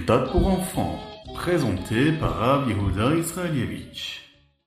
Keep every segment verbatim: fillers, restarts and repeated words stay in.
méthode pour enfants, présenté par Rav Yehuda Israelievich.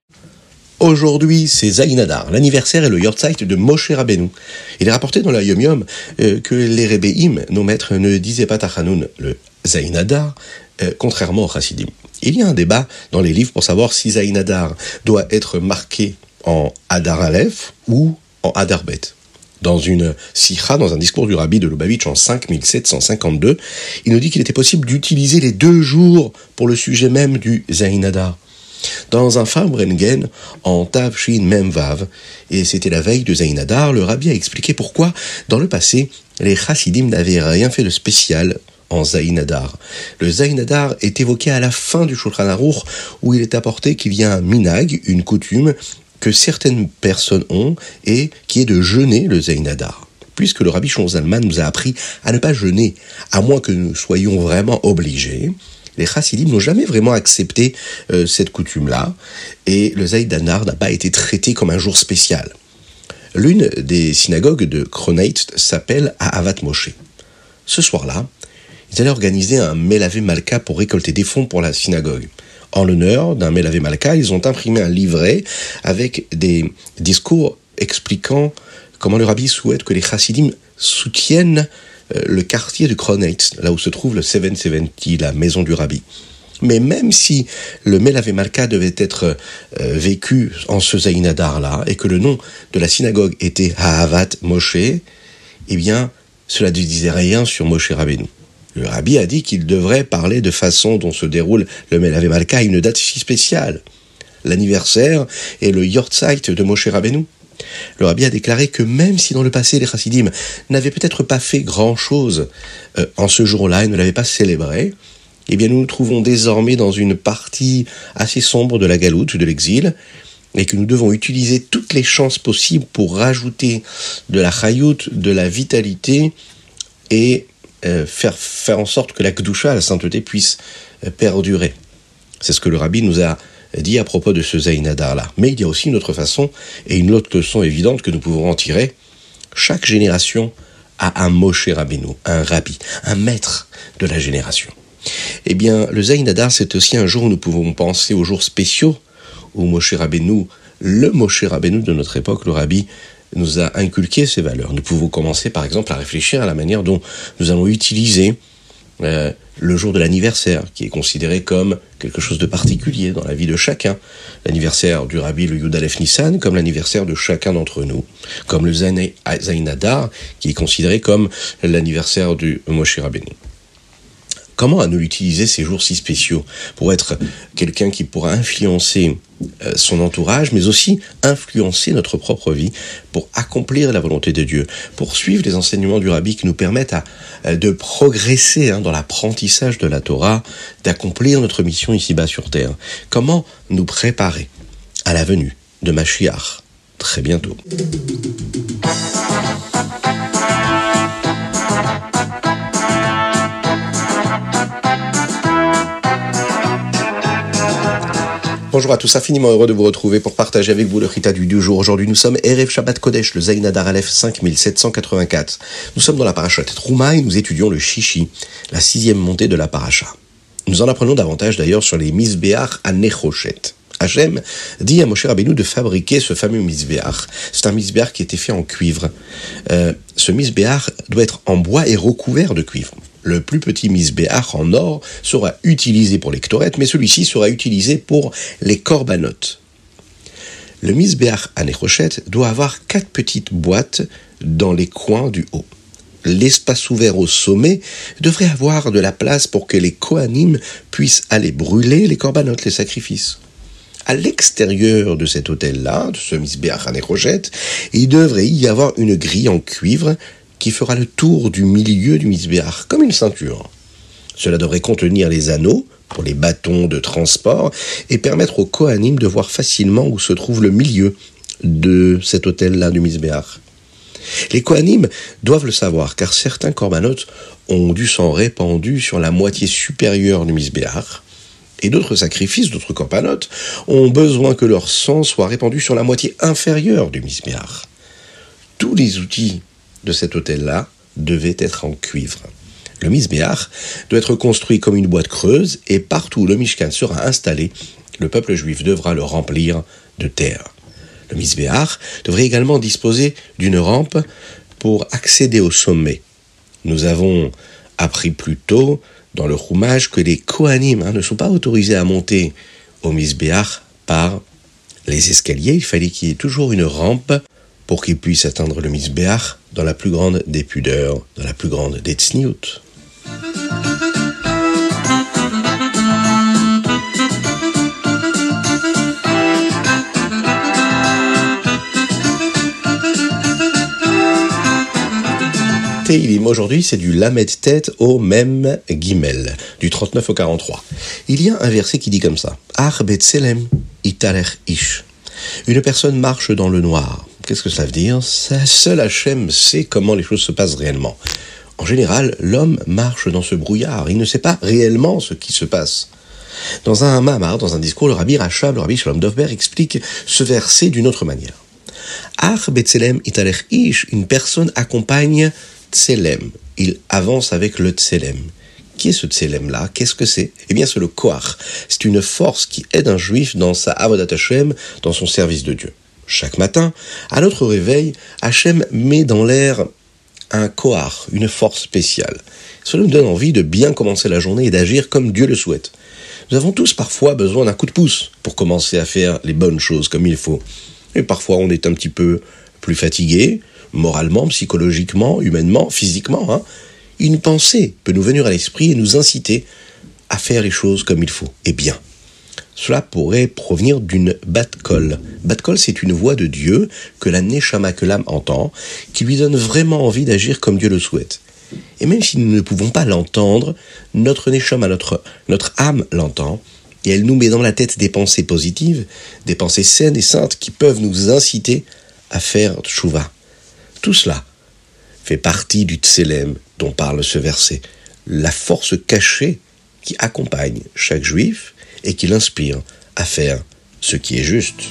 Aujourd'hui, c'est Zayin Hadar, l'anniversaire et le Yortzeit de Moshe Rabbeinu. Il est rapporté dans la Yom Yom euh, que les Rebbeim, nos maîtres, ne disaient pas Tachanoun, le Zayin Hadar, euh, contrairement au Chassidim. Il y a un débat dans les livres pour savoir si Zayin Hadar doit être marqué en Hadar Aleph ou en Hadar Bet. Dans une sikha, dans un discours du Rabbi de Lubavitch en cinq mille sept cent cinquante-deux, il nous dit qu'il était possible d'utiliser les deux jours pour le sujet même du Zayin Hadar. Dans un Farbrengen, en Tav Shin Mem Vav, et c'était la veille de Zayin Hadar, le Rabbi a expliqué pourquoi, dans le passé, les Chassidim n'avaient rien fait de spécial en Zayin Hadar. Le Zayin Hadar est évoqué à la fin du Shulchan Aruch, où il est apporté qu'il y a un minag, une coutume, que certaines personnes ont, et qui est de jeûner le Zayin Hadar. Puisque le Rabbi Shlomo Zalman nous a appris à ne pas jeûner, à moins que nous soyons vraiment obligés, les Chassidim n'ont jamais vraiment accepté euh, cette coutume-là, et le Zayin Hadar n'a pas été traité comme un jour spécial. L'une des synagogues de Kroneit s'appelle Ahavat Moshe. Ce soir-là, ils allaient organiser un Melavé Malka pour récolter des fonds pour la synagogue. En l'honneur d'un Melavé Malka, ils ont imprimé un livret avec des discours expliquant comment le Rabbi souhaite que les Chassidim soutiennent le quartier de Kroneit, là où se trouve le sept cent soixante, la maison du Rabbi. Mais même si le Melavé Malka devait être euh, vécu en ce Zayin Hadar-là, et que le nom de la synagogue était Ahavat Moshe, eh bien, cela ne disait rien sur Moshe Rabbeinu. Le Rabbi a dit qu'il devrait parler de façon dont se déroule le Melavé Malka à une date si spéciale, l'anniversaire et le Yortzeit de Moshe Rabbeinu. Le Rabbi a déclaré que même si dans le passé les Chassidim n'avaient peut-être pas fait grand-chose euh, en ce jour-là et ne l'avaient pas célébré, eh bien nous nous trouvons désormais dans une partie assez sombre de la galoute, de l'exil, et que nous devons utiliser toutes les chances possibles pour rajouter de la chayout, de la vitalité et euh, faire, faire en sorte que la kedusha, la sainteté, puisse euh, perdurer. C'est ce que le Rabbi nous a dit à propos de ce Zayin Hadar-là. Mais il y a aussi une autre façon, et une autre leçon évidente que nous pouvons en tirer. Chaque génération a un Moshe Rabbeinu, un Rabbi, un maître de la génération. Eh bien, le Zayin Hadar, c'est aussi un jour où nous pouvons penser aux jours spéciaux, où Moshe Rabbeinu, le Moshe Rabbeinu de notre époque, le Rabbi, nous a inculqué ces valeurs. Nous pouvons commencer, par exemple, à réfléchir à la manière dont nous allons utiliser euh, le jour de l'anniversaire, qui est considéré comme quelque chose de particulier dans la vie de chacun. L'anniversaire du Rabbi, le Yud Aleph Nissan, comme l'anniversaire de chacun d'entre nous. Comme le Zayin Hadar, qui est considéré comme l'anniversaire du Moshe Rabbeinu. Comment nous utiliser ces jours si spéciaux pour être quelqu'un qui pourra influencer euh, son entourage, mais aussi influencer notre propre vie, pour accomplir la volonté de Dieu, pour suivre les enseignements du Rabbi qui nous permettent à, à, de progresser hein, dans l'apprentissage de la Torah, d'accomplir notre mission ici-bas sur terre. Comment nous préparer à la venue de Mashiach très bientôt. Bonjour à tous, infiniment heureux de vous retrouver pour partager avec vous le Chita du deux jours. Aujourd'hui, nous sommes Erev Shabbat Kodesh, le Zayin Hadar Aleph cinq mille sept cent quatre-vingt-quatre. Nous sommes dans la Parashat Trouma et nous étudions le Shishi, la sixième montée de la Parasha. Nous en apprenons davantage d'ailleurs sur les Mizbeach à Nechoshet. Hachem dit à Moshe Rabbeinu de fabriquer ce fameux Mizbeach. C'est un Mizbeach qui était fait en cuivre. Euh, ce Mizbeach doit être en bois et recouvert de cuivre. Le plus petit Mizbeach en or sera utilisé pour les Ktoret, mais celui-ci sera utilisé pour les Korbanot. Le Mizbeach à Nechoshet doit avoir quatre petites boîtes dans les coins du haut. L'espace ouvert au sommet devrait avoir de la place pour que les Kohanim puissent aller brûler les Korbanot, les sacrifices. À l'extérieur de cet autel-là, de ce Mizbeach à Nechoshet, il devrait y avoir une grille en cuivre qui fera le tour du milieu du Mizbeach, comme une ceinture. Cela devrait contenir les anneaux pour les bâtons de transport et permettre aux Kohanim de voir facilement où se trouve le milieu de cet autel-là du Mizbeach. Les Kohanim doivent le savoir, car certains korbanot ont du sang répandu sur la moitié supérieure du Mizbeach, et d'autres sacrifices, d'autres korbanot, ont besoin que leur sang soit répandu sur la moitié inférieure du Mizbeach. Tous les outils de cet autel-là devaient être en cuivre. Le Mizbeach doit être construit comme une boîte creuse et partout où le Mishkan sera installé, le peuple juif devra le remplir de terre. Le Mizbeach devrait également disposer d'une rampe pour accéder au sommet. Nous avons appris plus tôt dans le Chumash que les Kohanim hein, ne sont pas autorisés à monter au Mizbeach par les escaliers. Il fallait qu'il y ait toujours une rampe pour qu'ils puissent atteindre le Mizbeach dans la plus grande des pudeurs, dans la plus grande des tzniut. Teilim, aujourd'hui, c'est du Lamed Tet au Mem Gimel, du trente-neuf au quarante-trois. Il y a un verset qui dit comme ça. Ach betzelem italech ish. Une personne marche dans le noir. Qu'est-ce que ça veut dire? Seul Hachem sait comment les choses se passent réellement. En général, l'homme marche dans ce brouillard. Il ne sait pas réellement ce qui se passe. Dans un mamar, dans un discours, le rabbi Rachab, le rabbi Shalom Dovber, explique ce verset d'une autre manière. Ach betzelem italech ish. Une personne accompagne Tselem, il avance avec le Tselem. Qui est ce Tselem-là? Qu'est-ce que c'est? Eh bien, c'est le Koach. C'est une force qui aide un juif dans sa Avodat Hashem, dans son service de Dieu. Chaque matin, à notre réveil, Hashem met dans l'air un Koach, une force spéciale. Cela nous donne envie de bien commencer la journée et d'agir comme Dieu le souhaite. Nous avons tous parfois besoin d'un coup de pouce pour commencer à faire les bonnes choses comme il faut. Et parfois, on est un petit peu plus fatigué, moralement, psychologiquement, humainement, physiquement, hein. Une pensée peut nous venir à l'esprit et nous inciter à faire les choses comme il faut, et bien. Cela pourrait provenir d'une bat-kol. Bat-kol, c'est une voix de Dieu que la neshama, que l'âme entend, qui lui donne vraiment envie d'agir comme Dieu le souhaite. Et même si nous ne pouvons pas l'entendre, notre neshama, notre, notre âme l'entend, et elle nous met dans la tête des pensées positives, des pensées saines et saintes qui peuvent nous inciter à faire tchouva. Tout cela fait partie du Tselem dont parle ce verset, la force cachée qui accompagne chaque juif et qui l'inspire à faire ce qui est juste.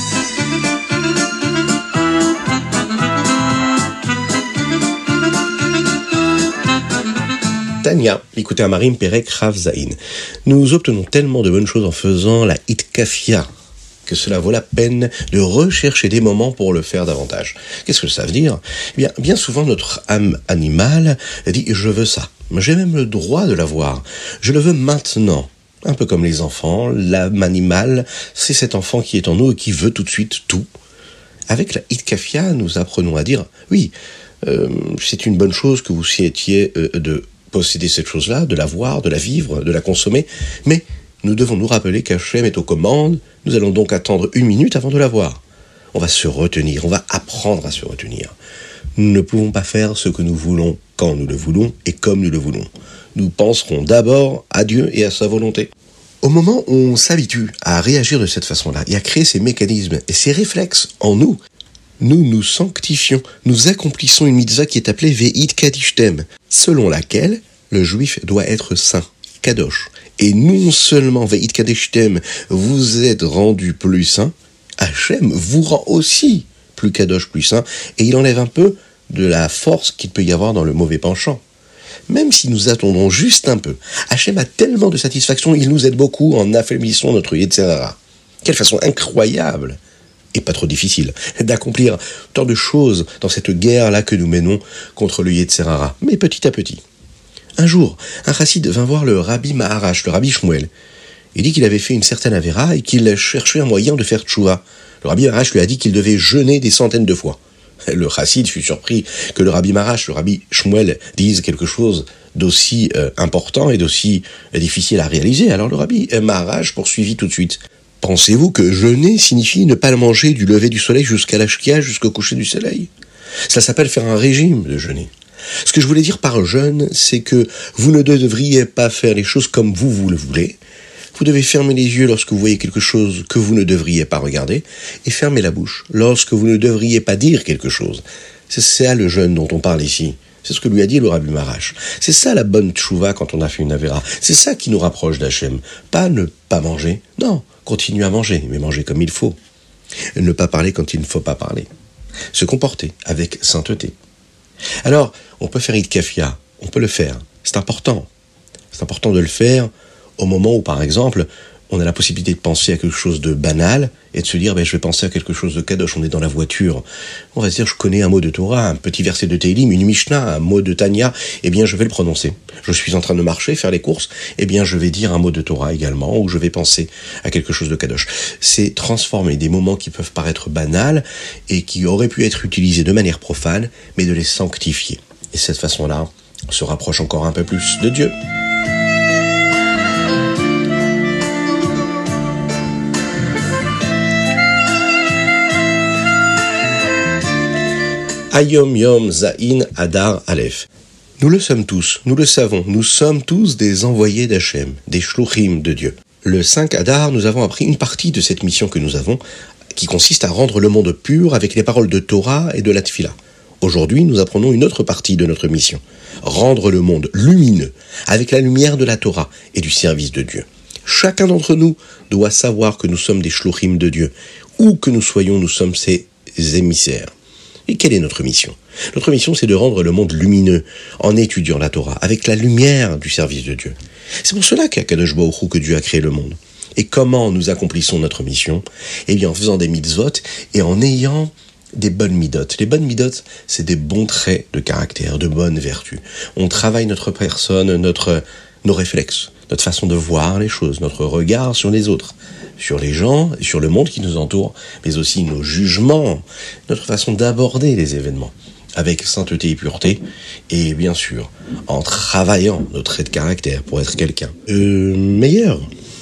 Tania, écoutez Amarim Perek Rav Zain. Nous obtenons tellement de bonnes choses en faisant la Hitkafia que cela vaut la peine de rechercher des moments pour le faire davantage. Qu'est-ce que ça veut dire? Eh bien, bien souvent, notre âme animale dit « je veux ça ». J'ai même le droit de l'avoir. Je le veux maintenant. Un peu comme les enfants, l'âme animale, c'est cet enfant qui est en nous et qui veut tout de suite tout. Avec la Hitkafia, nous apprenons à dire « oui, euh, c'est une bonne chose que vous souhaitiez euh, de posséder cette chose-là, de l'avoir, de la vivre, de la consommer, mais nous devons nous rappeler qu'Hachem est aux commandes. Nous allons donc attendre une minute avant de l'avoir. On va se retenir, on va apprendre à se retenir. Nous ne pouvons pas faire ce que nous voulons quand nous le voulons et comme nous le voulons. Nous penserons d'abord à Dieu et à sa volonté. Au moment où on s'habitue à réagir de cette façon-là et à créer ces mécanismes et ces réflexes en nous, nous nous sanctifions, nous accomplissons une mitzvah qui est appelée Ve'it Kadishtem, selon laquelle le juif doit être saint, kadosh. Et non seulement Ve'it Kadishtem, vous êtes rendu plus saint, Hachem vous rend aussi plus kadosh, plus saint, et il enlève un peu de la force qu'il peut y avoir dans le mauvais penchant. Même si nous attendons juste un peu, Hachem a tellement de satisfaction, il nous aide beaucoup en affaiblissant notre Yetzer Hara. Quelle façon incroyable et pas trop difficile d'accomplir tant de choses dans cette guerre-là que nous menons contre le Yetzer Hara, mais petit à petit. Un jour, un chassid vint voir le Rabbi Maharash, le Rabbi Shmuel. Il dit qu'il avait fait une certaine avéra et qu'il cherchait un moyen de faire tchouva. Le Rabbi Maharash lui a dit qu'il devait jeûner des centaines de fois. Le chassid fut surpris que le Rabbi Maharash, le Rabbi Shmuel, dise quelque chose d'aussi euh, important et d'aussi euh, difficile à réaliser. Alors le Rabbi Maharash poursuivit tout de suite. Pensez-vous que jeûner signifie ne pas manger du lever du soleil jusqu'à l'ashkia, jusqu'au coucher du soleil? Ça s'appelle faire un régime de jeûner. Ce que je voulais dire par jeûne, c'est que vous ne devriez pas faire les choses comme vous, vous le voulez. Vous devez fermer les yeux lorsque vous voyez quelque chose que vous ne devriez pas regarder et fermer la bouche lorsque vous ne devriez pas dire quelque chose. C'est ça le jeûne dont on parle ici. C'est ce que lui a dit le Rabbi Maharash. C'est ça la bonne tchouva quand on a fait une avéra. C'est ça qui nous rapproche d'Hachem. Pas ne pas manger. Non, continuer à manger, mais manger comme il faut. Ne pas parler quand il ne faut pas parler. Se comporter avec sainteté. Alors, on peut faire Hitkafia, on peut le faire, C'est important. C'est important de le faire au moment où, par exemple, on a la possibilité de penser à quelque chose de banal et de se dire ben, « je vais penser à quelque chose de kadosh ». On est dans la voiture. On va se dire « je connais un mot de Torah, un petit verset de Tehillim, une Mishnah, un mot de Tanya ». Eh bien, je vais le prononcer. Je suis en train de marcher, faire les courses. Eh bien, je vais dire un mot de Torah également ou je vais penser à quelque chose de kadosh. C'est transformer des moments qui peuvent paraître banals et qui auraient pu être utilisés de manière profane, mais de les sanctifier. Et de cette façon-là, on se rapproche encore un peu plus de Dieu. Ayom Yom Zain Adar Aleph. Nous le sommes tous, nous le savons, nous sommes tous des envoyés d'Hachem, des shluchim de Dieu. Le cinq Adar, nous avons appris une partie de cette mission que nous avons, qui consiste à rendre le monde pur avec les paroles de Torah et de la Tfila. Aujourd'hui, nous apprenons une autre partie de notre mission, rendre le monde lumineux avec la lumière de la Torah et du service de Dieu. Chacun d'entre nous doit savoir que nous sommes des shluchim de Dieu. Où que nous soyons, nous sommes ses émissaires. Et quelle est notre mission ? Notre mission, c'est de rendre le monde lumineux en étudiant la Torah, avec la lumière du service de Dieu. C'est pour cela qu'à Kadosh Baruch Hu, que Dieu a créé le monde. Et comment nous accomplissons notre mission ? Eh bien, en faisant des mitzvot et en ayant des bonnes midot. Les bonnes midot, c'est des bons traits de caractère, de bonnes vertus. On travaille notre personne, notre, nos réflexes, notre façon de voir les choses, notre regard sur les autres, sur les gens, sur le monde qui nous entoure, mais aussi nos jugements, notre façon d'aborder les événements, avec sainteté et pureté, et bien sûr, en travaillant nos traits de caractère pour être quelqu'un euh, meilleur.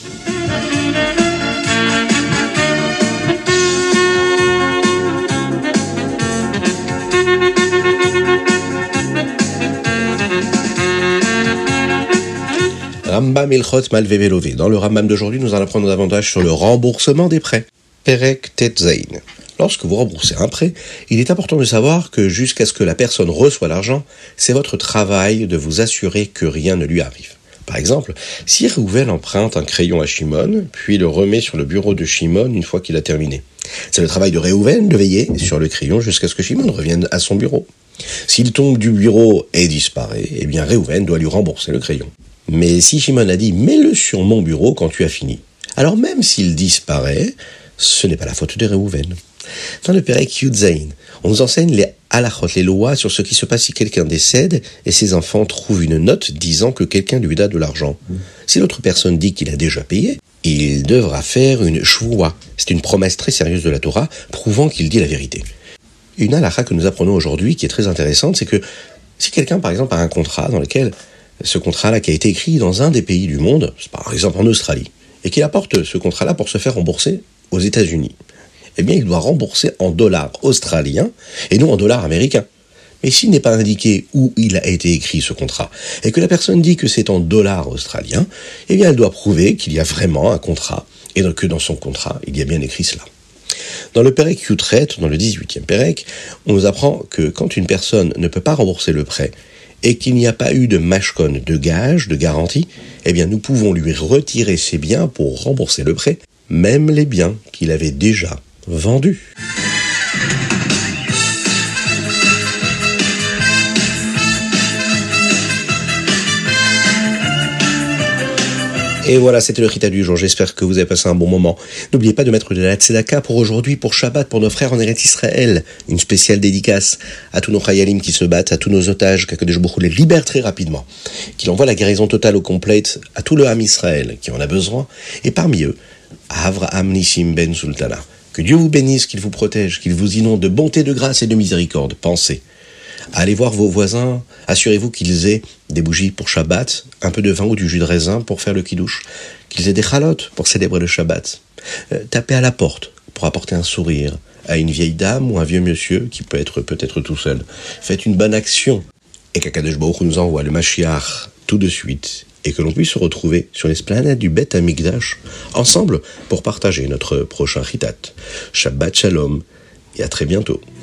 Rambam Ilchot Malvé Velové. Dans le Rambam d'aujourd'hui, nous allons apprendre davantage sur le remboursement des prêts. Perek Tet Zain. Lorsque vous remboursez un prêt, il est important de savoir que jusqu'à ce que la personne reçoive l'argent, c'est votre travail de vous assurer que rien ne lui arrive. Par exemple, si Reuven emprunte un crayon à Shimon, puis le remet sur le bureau de Shimon une fois qu'il a terminé. C'est le travail de Reuven de veiller sur le crayon jusqu'à ce que Shimon revienne à son bureau. S'il tombe du bureau et disparaît, eh bien Reuven doit lui rembourser le crayon. Mais si Shimon a dit « mets-le sur mon bureau quand tu as fini », alors même s'il disparaît, ce n'est pas la faute de Reuven. Dans le Perek Yud Zain, on nous enseigne les halachot, les lois sur ce qui se passe si quelqu'un décède et ses enfants trouvent une note disant que quelqu'un lui donne de l'argent. Si l'autre personne dit qu'il a déjà payé, il devra faire une shvoua. C'est une promesse très sérieuse de la Torah prouvant qu'il dit la vérité. Une halacha que nous apprenons aujourd'hui qui est très intéressante, c'est que si quelqu'un par exemple a un contrat dans lequel ce contrat-là qui a été écrit dans un des pays du monde, par exemple en Australie, et qu'il apporte ce contrat-là pour se faire rembourser aux États-Unis, eh bien il doit rembourser en dollars australiens et non en dollars américains. Mais s'il n'est pas indiqué où il a été écrit ce contrat, et que la personne dit que c'est en dollars australiens, eh bien elle doit prouver qu'il y a vraiment un contrat, et que dans son contrat, il y a bien écrit cela. Dans le Perek Yutret, dans le dix-huitième Perek, on nous apprend que quand une personne ne peut pas rembourser le prêt, et qu'il n'y a pas eu de mashkon, de gage, de garantie, eh bien nous pouvons lui retirer ses biens pour rembourser le prêt, même les biens qu'il avait déjà vendus. Et voilà, c'était le Chita du jour. J'espère que vous avez passé un bon moment. N'oubliez pas de mettre de la tzedaka pour aujourd'hui, pour Shabbat, pour nos frères en Eretz Israël. Une spéciale dédicace à tous nos chayalim qui se battent, à tous nos otages, qu'Akadosh Baruch Hu les libère très rapidement. Qu'il envoie la guérison totale au complète à tout le Ham Israël qui en a besoin. Et parmi eux, à Avraham Nissim Ben Sultana. Que Dieu vous bénisse, qu'il vous protège, qu'il vous inonde de bonté, de grâce et de miséricorde. Pensez. Allez voir vos voisins, assurez-vous qu'ils aient des bougies pour Shabbat, un peu de vin ou du jus de raisin pour faire le kiddush, qu'ils aient des chalotes pour célébrer le Shabbat. Euh, tapez à la porte pour apporter un sourire à une vieille dame ou un vieux monsieur qui peut être peut-être tout seul. Faites une bonne action et qu'Akadosh Baruch Hu nous envoie le Mashiach tout de suite et que l'on puisse se retrouver sur l'esplanade du Beth Amikdash ensemble pour partager notre prochain Chitat. Shabbat Shalom et à très bientôt.